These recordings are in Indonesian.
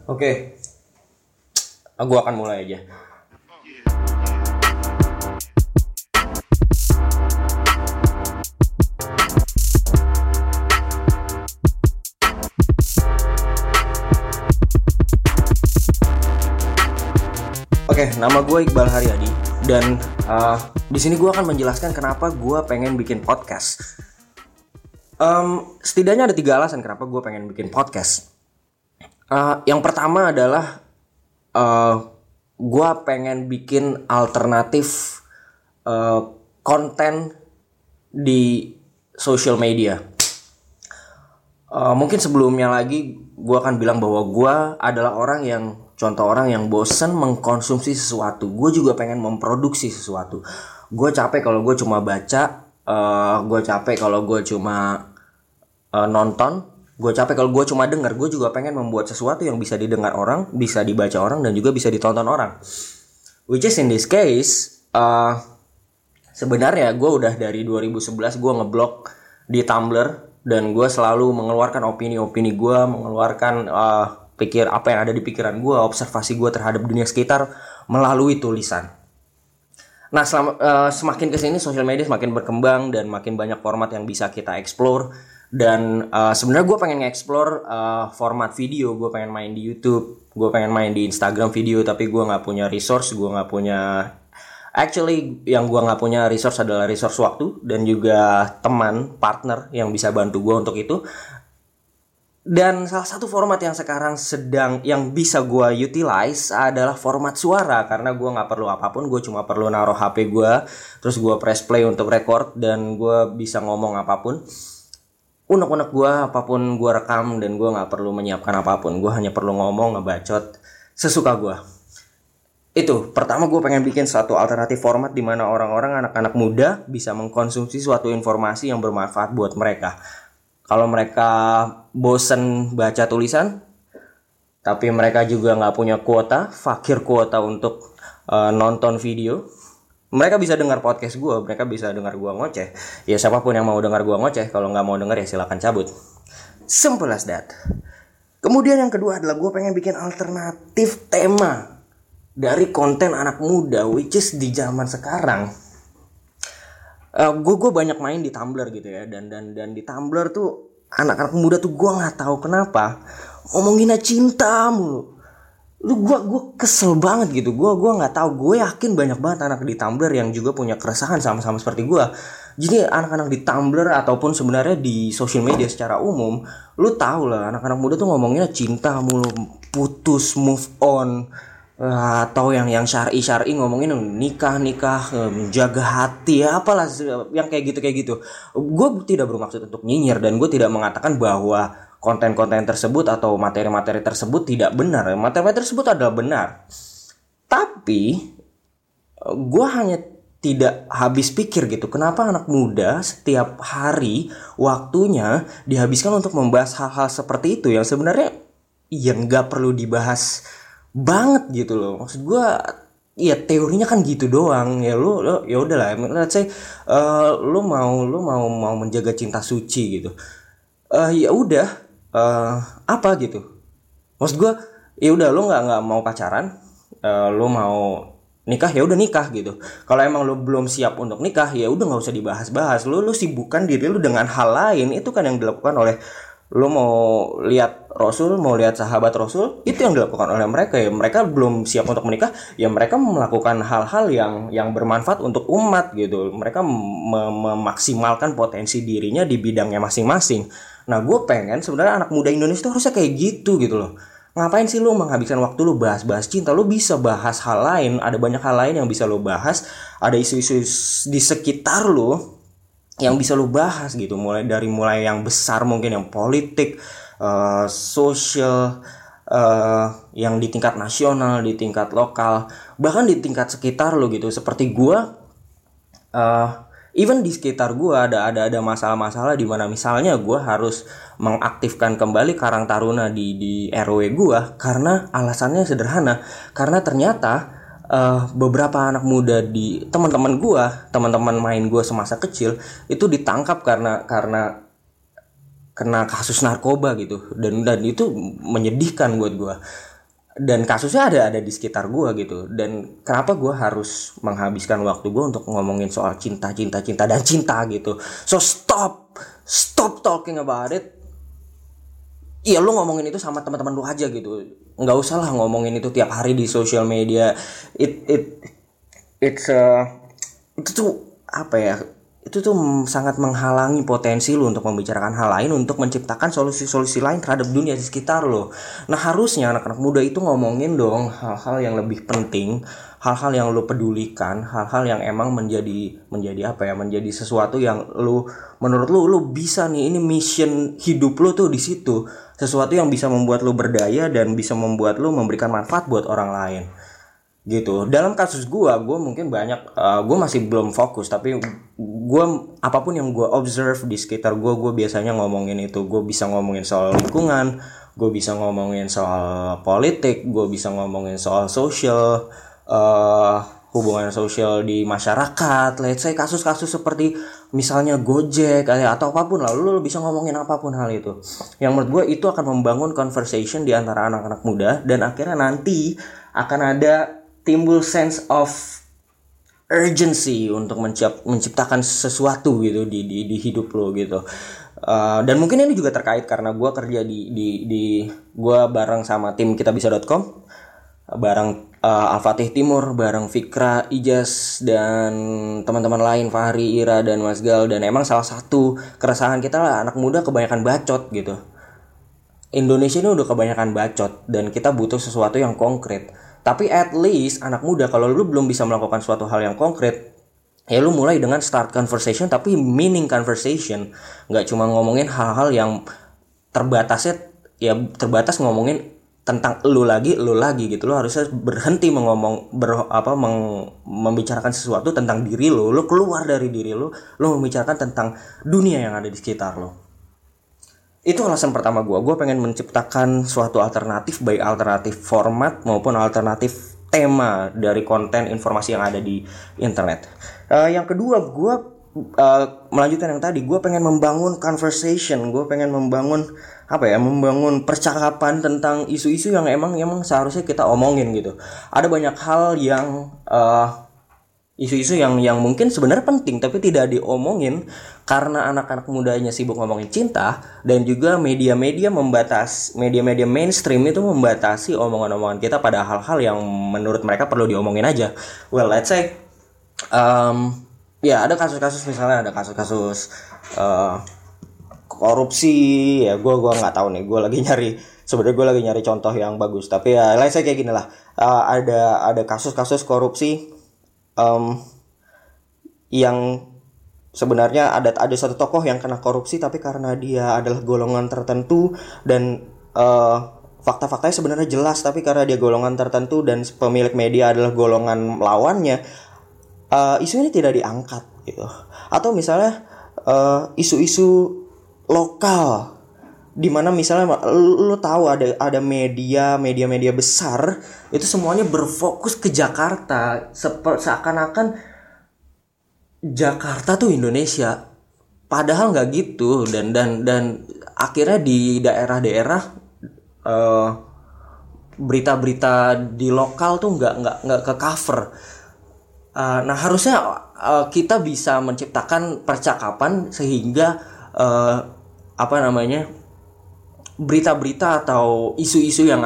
Oke, aku akan mulai aja. Oke, nama gue Iqbal Haryadi dan di sini gue akan menjelaskan kenapa gue pengen bikin podcast. Setidaknya ada 3 alasan kenapa gue pengen bikin podcast. Yang pertama adalah gue pengen bikin alternatif konten di social media. Mungkin sebelumnya lagi gue akan bilang bahwa gue adalah orang yang bosan mengkonsumsi sesuatu. Gue juga pengen memproduksi sesuatu. Gue capek kalau gue cuma baca, gue capek kalau gue cuma nonton, gue capek kalau gue cuma dengar. Gue juga pengen membuat sesuatu yang bisa didengar orang, bisa dibaca orang, dan juga bisa ditonton orang. Which is in this case, sebenarnya gue udah dari 2011 gue ngeblog di Tumblr. Dan gue selalu mengeluarkan opini-opini gue, mengeluarkan apa yang ada di pikiran gue, observasi gue terhadap dunia sekitar melalui tulisan. Nah, semakin kesini social media semakin berkembang dan makin banyak format yang bisa kita explore. Dan sebenarnya gue pengen nge-explore format video. Gue pengen main di YouTube, gue pengen main di Instagram video, tapi gue nggak punya resource, gue nggak punya. Actually, yang gue nggak punya resource adalah resource waktu dan juga teman, partner yang bisa bantu gue untuk itu. Dan salah satu format yang sekarang yang bisa gue utilize adalah format suara, karena gue nggak perlu apapun, gue cuma perlu naruh HP gue, terus gue press play untuk record dan gue bisa ngomong apapun. Unek-unek gue apapun gue rekam dan gue nggak perlu menyiapkan apapun, gue hanya perlu ngomong, ngebacot sesuka gue. Itu, pertama gue pengen bikin suatu alternatif format di mana orang-orang, anak-anak muda bisa mengkonsumsi suatu informasi yang bermanfaat buat mereka. Kalau mereka bosen baca tulisan, tapi mereka juga nggak punya kuota, fakir kuota untuk nonton video, mereka bisa dengar podcast gue, mereka bisa dengar gue ngoceh. Ya siapapun yang mau dengar gue ngoceh, kalau nggak mau dengar ya silakan cabut. Simple as that. Kemudian yang kedua adalah gue pengen bikin alternatif tema dari konten anak muda, which is di zaman sekarang. Gue banyak main di Tumblr gitu ya, dan di Tumblr tuh anak-anak muda tuh gue nggak tahu kenapa ngomonginnya cinta mulu. Gue kesel banget gitu. Gue nggak tahu. Gue yakin banyak banget anak di Tumblr yang juga punya keresahan sama-sama seperti gue. Jadi anak-anak di Tumblr ataupun sebenarnya di social media secara umum, lu tahu lah anak-anak muda tuh ngomonginnya cinta mulu, putus, move on. Atau yang syar'i ngomongin nikah, menjaga hati, ya apalah yang kayak gitu. Gue tidak bermaksud untuk nyinyir dan gue tidak mengatakan bahwa konten-konten tersebut atau materi-materi tersebut tidak benar. Materi-materi tersebut adalah benar. Tapi gue hanya tidak habis pikir gitu, kenapa anak muda setiap hari waktunya dihabiskan untuk membahas hal-hal seperti itu yang sebenarnya yang gak perlu dibahas banget gitu loh. Maksud gue ya teorinya kan gitu doang. Ya lu ya udahlah, let's say lu mau menjaga cinta suci gitu. Ya udah apa gitu. Maksud gue ya udah lu enggak mau pacaran, lu mau nikah ya udah nikah gitu. Kalau emang lu belum siap untuk nikah ya udah enggak usah dibahas-bahas. Lu sibukkan diri lu dengan hal lain. Itu kan yang dilakukan oleh lu. Mau lihat Rasul, mau lihat sahabat Rasul, itu yang dilakukan oleh mereka ya. Mereka belum siap untuk menikah, ya mereka melakukan hal-hal yang bermanfaat untuk umat gitu. Mereka memaksimalkan potensi dirinya di bidangnya masing-masing. Nah, gue pengen sebenarnya anak muda Indonesia tuh harusnya kayak gitu loh. Ngapain sih lu menghabiskan waktu lu bahas-bahas cinta? Lu bisa bahas hal lain, ada banyak hal lain yang bisa lu bahas, ada isu-isu di sekitar lu yang bisa lu bahas gitu, mulai yang besar mungkin yang politik, sosial, yang di tingkat nasional, di tingkat lokal, bahkan di tingkat sekitar lu gitu. Seperti gua, even di sekitar gua ada masalah-masalah di mana misalnya gua harus mengaktifkan kembali Karang Taruna di RW gua karena alasannya sederhana, karena ternyata beberapa anak muda di teman-teman main gue semasa kecil itu ditangkap karena kena kasus narkoba gitu, dan itu menyedihkan buat gue. dan kasusnya ada di sekitar gue gitu. Dan kenapa gue harus menghabiskan waktu gue untuk ngomongin soal cinta dan cinta gitu. So stop talking about it. Iya, lu ngomongin itu sama teman-teman lu aja gitu. Nggak usah lah ngomongin itu tiap hari di social media. It's itu tuh apa ya? Itu tuh sangat menghalangi potensi lu untuk membicarakan hal lain, untuk menciptakan solusi-solusi lain terhadap dunia di sekitar lo. Nah, harusnya anak-anak muda itu ngomongin dong hal-hal yang lebih penting, hal-hal yang lu pedulikan, hal-hal yang emang menjadi apa ya, menjadi sesuatu yang lu, menurut lu bisa nih, ini mission hidup lu tuh di situ. Sesuatu yang bisa membuat lu berdaya dan bisa membuat lu memberikan manfaat buat orang lain. Gitu. Dalam kasus gue mungkin banyak, gue masih belum fokus, tapi gue apapun yang gue observe di sekitar gue biasanya ngomongin itu. Gue bisa ngomongin soal lingkungan, gue bisa ngomongin soal politik, gue bisa ngomongin soal sosial, hubungan sosial di masyarakat. Let's say kasus-kasus seperti misalnya Gojek atau apapun lah, lu bisa ngomongin apapun hal itu. Yang menurut gue itu akan membangun conversation di antara anak-anak muda, dan akhirnya nanti akan ada timbul sense of urgency untuk menciptakan sesuatu gitu di hidup lo gitu. Dan mungkin ini juga terkait karena gue kerja di gue bareng sama tim kitabisa.com, bareng Al-Fatih Timur, bareng Fikra, Ijaz, dan teman-teman lain, Fahri, Ira, dan Mas Gal. Dan emang salah satu keresahan kita lah, anak muda kebanyakan bacot gitu. Indonesia ini udah kebanyakan bacot, dan kita butuh sesuatu yang konkret. Tapi at least anak muda, kalau lu belum bisa melakukan suatu hal yang konkret, ya lu mulai dengan start conversation, tapi meaning conversation. Nggak cuma ngomongin hal-hal yang terbatas ngomongin tentang lu lagi gitu. Lu harusnya berhenti membicarakan sesuatu tentang diri lu keluar dari diri lu membicarakan tentang dunia yang ada di sekitar lu. Itu alasan pertama gue pengen menciptakan suatu alternatif, baik alternatif format maupun alternatif tema dari konten informasi yang ada di internet. Yang kedua, gue melanjutkan yang tadi, gue pengen membangun conversation, gue pengen membangun percakapan tentang isu-isu yang emang seharusnya kita omongin gitu. Ada banyak hal yang isu-isu yang mungkin sebenarnya penting tapi tidak diomongin karena anak-anak mudanya sibuk ngomongin cinta, dan juga media-media mainstream itu membatasi omongan-omongan kita pada hal-hal yang menurut mereka perlu diomongin aja. Well, let's say ada kasus-kasus, misalnya ada kasus korupsi ya. Gue nggak tahu nih, gue lagi nyari contoh yang bagus, tapi ya let's say kayak gini lah. Ada kasus-kasus korupsi yang sebenarnya ada satu tokoh yang kena korupsi, tapi karena dia adalah golongan tertentu dan fakta-faktanya sebenarnya jelas, tapi karena dia golongan tertentu dan pemilik media adalah golongan lawannya, isu ini tidak diangkat gitu. Atau misalnya isu-isu lokal, dimana misalnya lu tahu ada media besar itu semuanya berfokus ke Jakarta, seakan-akan Jakarta tuh Indonesia, padahal nggak gitu. Dan akhirnya di daerah-daerah berita-berita di lokal tuh nggak ke cover. Nah, harusnya kita bisa menciptakan percakapan sehingga berita-berita atau isu-isu yang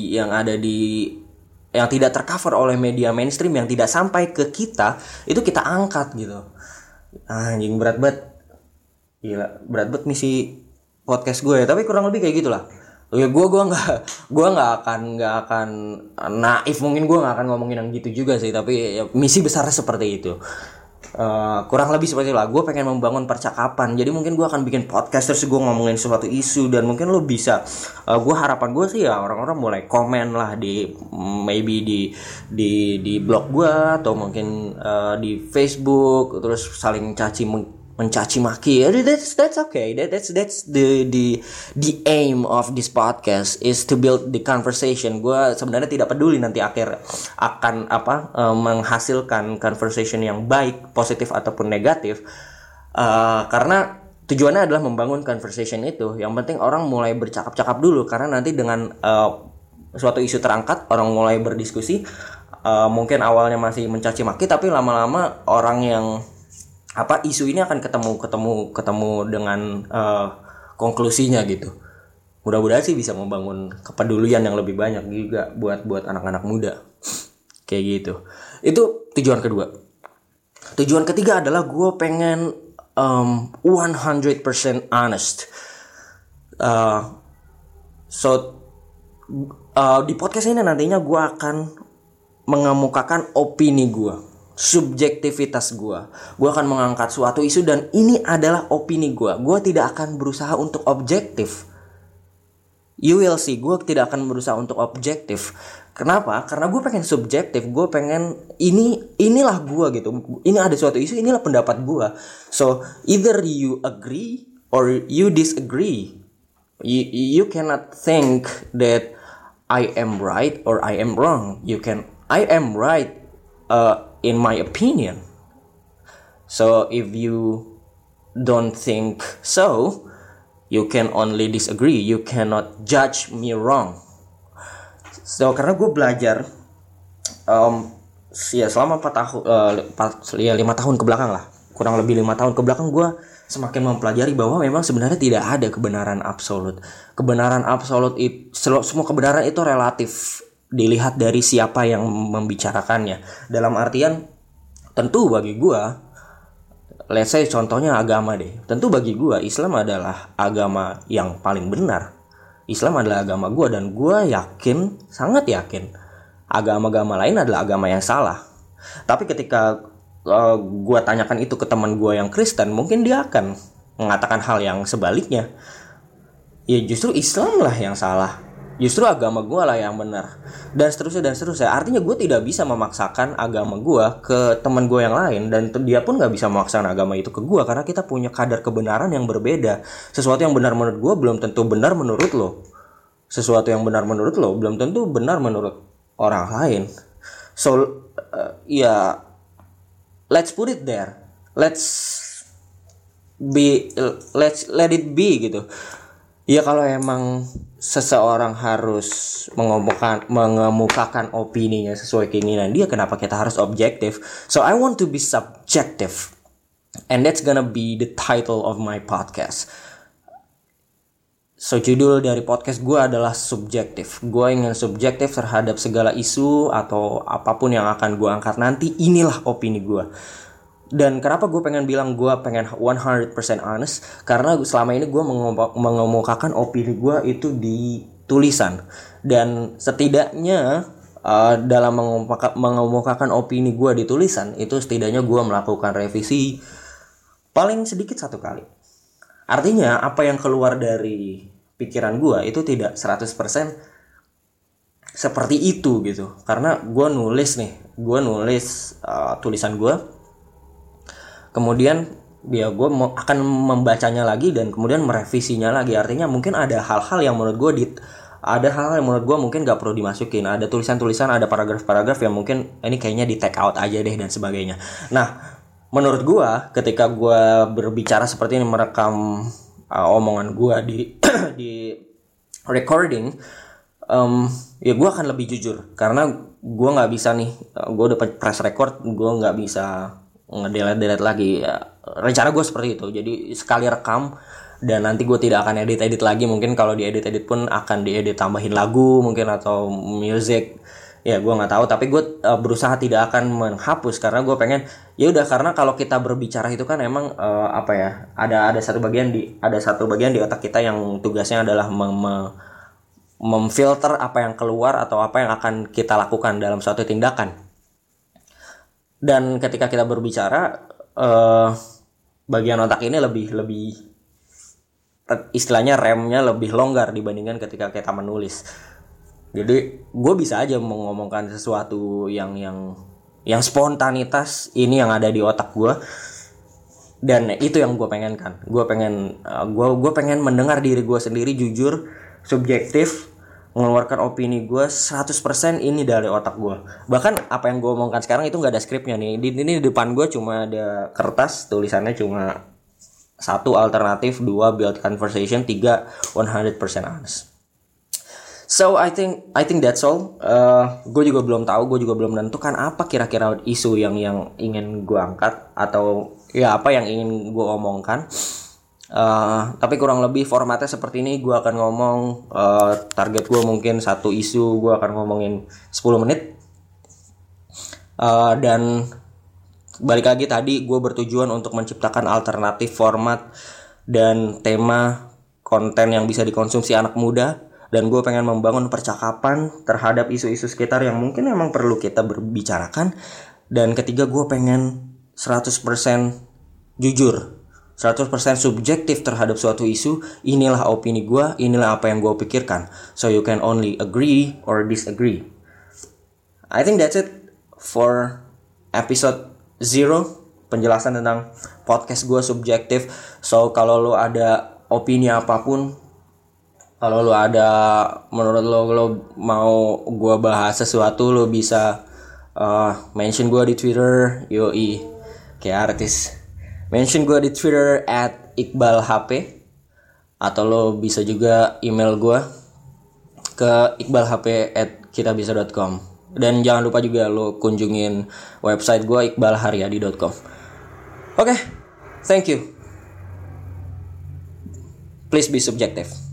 tidak tercover oleh media mainstream, yang tidak sampai ke kita, itu kita angkat gitu. Anjing, berat banget misi podcast gue ya, tapi kurang lebih kayak gitulah. Ya gue nggak akan naif, mungkin gue nggak akan ngomongin yang gitu juga sih, tapi ya, misi besarnya seperti itu. Kurang lebih seperti itulah. Gue pengen membangun percakapan, jadi mungkin gue akan bikin podcast terus gue ngomongin suatu isu, dan mungkin lo bisa, harapan gue sih ya orang-orang mulai komen lah maybe di blog gue, atau mungkin di Facebook, terus saling mencaci maki. That's okay. That's the aim of this podcast is to build the conversation. Gue sebenarnya tidak peduli nanti akan menghasilkan conversation yang baik, positif ataupun negatif, karena tujuannya adalah membangun conversation itu. Yang penting orang mulai bercakap-cakap dulu, karena nanti dengan suatu isu terangkat, orang mulai berdiskusi, mungkin awalnya masih mencaci maki, tapi lama-lama orang yang isu ini akan ketemu dengan konklusinya gitu. Mudah-mudahan sih bisa membangun kepedulian yang lebih banyak juga buat anak-anak muda. Kayak gitu. Itu tujuan kedua. Tujuan ketiga adalah gue pengen 100% honest. Di podcast ini nantinya gue akan mengemukakan opini gue, subjektivitas gue. Gue akan mengangkat suatu isu dan ini adalah opini gue. Gue tidak akan berusaha untuk objektif. You will see, gue tidak akan berusaha untuk objektif. Kenapa? Karena gue pengen subjektif. Gue pengen inilah gue gitu. Ini ada suatu isu, inilah pendapat gue. So either you agree or you disagree. You cannot think that I am right or I am wrong. I am right in my opinion. So if you don't think so, you can only disagree. You cannot judge me wrong. So karena gue belajar selama 5 tahun ke belakang lah, kurang lebih 5 tahun ke belakang, gue semakin mempelajari bahwa memang sebenarnya tidak ada kebenaran absolut. Kebenaran absolut semua kebenaran itu relatif, dilihat dari siapa yang membicarakannya. Dalam artian, tentu bagi gue, let's say contohnya agama deh. Tentu bagi gue Islam adalah agama yang paling benar. Islam adalah agama gue dan gue yakin, sangat yakin, agama-agama lain adalah agama yang salah. Tapi ketika gue tanyakan itu ke teman gue yang Kristen, mungkin dia akan mengatakan hal yang sebaliknya. Ya justru Islam lah yang salah, justru agama gue lah yang benar, dan seterusnya. Artinya gue tidak bisa memaksakan agama gue ke teman gue yang lain, dan dia pun gak bisa memaksakan agama itu ke gue, karena kita punya kadar kebenaran yang berbeda. Sesuatu yang benar menurut gue belum tentu benar menurut lo. Sesuatu yang benar menurut lo belum tentu benar menurut orang lain. So let's put it there. Let's let it be gitu. Ya kalau emang seseorang harus mengemukakan opininya sesuai keinginan dia, kenapa kita harus objektif? So I want to be subjective. And that's gonna be the title of my podcast. So judul dari podcast gue adalah subjektif. Gue ingin subjektif terhadap segala isu atau apapun yang akan gue angkat nanti. Inilah opini gue. Dan kenapa gue pengen bilang gue pengen 100% honest? Karena selama ini gue mengemukakan opini gue itu di tulisan. Dan setidaknya dalam mengemukakan opini gue di tulisan, itu setidaknya gue melakukan revisi paling sedikit 1 kali. Artinya apa yang keluar dari pikiran gue itu tidak 100% seperti itu gitu. Karena gue nulis tulisan gue, kemudian gue akan membacanya lagi dan kemudian merevisinya lagi. Artinya mungkin ada hal-hal yang menurut gue mungkin gak perlu dimasukin. Ada tulisan-tulisan, ada paragraf-paragraf yang mungkin ini kayaknya di take out aja deh dan sebagainya. Nah, menurut gue ketika gue berbicara seperti ini, merekam omongan gue di recording, ya gue akan lebih jujur. Karena gue nggak bisa nih, gue dapat press record, gue nggak bisa ngedelete lagi. Rencana gue seperti itu. Jadi sekali rekam dan nanti gue tidak akan edit lagi. Mungkin kalau diedit pun akan diedit tambahin lagu mungkin atau music. Ya gue nggak tahu, tapi gue berusaha tidak akan menghapus karena gue pengen ya udah, karena kalau kita berbicara itu kan emang ada satu bagian di otak kita yang tugasnya adalah memfilter apa yang keluar atau apa yang akan kita lakukan dalam suatu tindakan. Dan ketika kita berbicara, bagian otak ini lebih istilahnya remnya lebih longgar dibandingkan ketika kita menulis. Jadi gue bisa aja mengomongkan sesuatu yang spontanitas ini yang ada di otak gue, dan itu yang gue pengenkan. Gue pengen mendengar diri gue sendiri jujur, subjektif, mengeluarkan opini gue 100% ini dari otak gue. Bahkan apa yang gue omongkan sekarang itu nggak ada skripnya nih. Ini di depan gue cuma ada kertas, tulisannya cuma 1 alternatif, 2 build conversation, 3 100% honest. So I think that's all. Gue juga belum tahu, gue juga belum menentukan apa kira-kira isu yang ingin gue angkat atau ya apa yang ingin gue omongkan. Tapi kurang lebih formatnya seperti ini. Gue akan ngomong target gue mungkin satu isu gue akan ngomongin 10 menit. Dan balik lagi tadi gue bertujuan untuk menciptakan alternatif format dan tema konten yang bisa dikonsumsi anak muda. Dan gue pengen membangun percakapan terhadap isu-isu sekitar yang mungkin emang perlu kita berbicarakan. Dan ketiga, gue pengen 100% jujur, 100% subjektif terhadap suatu isu. Inilah opini gue, inilah apa yang gue pikirkan. So you can only agree or disagree. I think that's it for episode 0. Penjelasan tentang podcast gue subjektif. So kalau lo ada opini apapun, kalau lo ada, menurut lo mau gue bahas sesuatu, lo bisa mention gue di Twitter, yoi, kayak artis. Mention gue di Twitter @iqbalhp, atau lo bisa juga email gue ke iqbalhp@kitabisa.com. Dan jangan lupa juga lo kunjungin website gue iqbalharyadi.com. Oke, thank you. Please be subjective.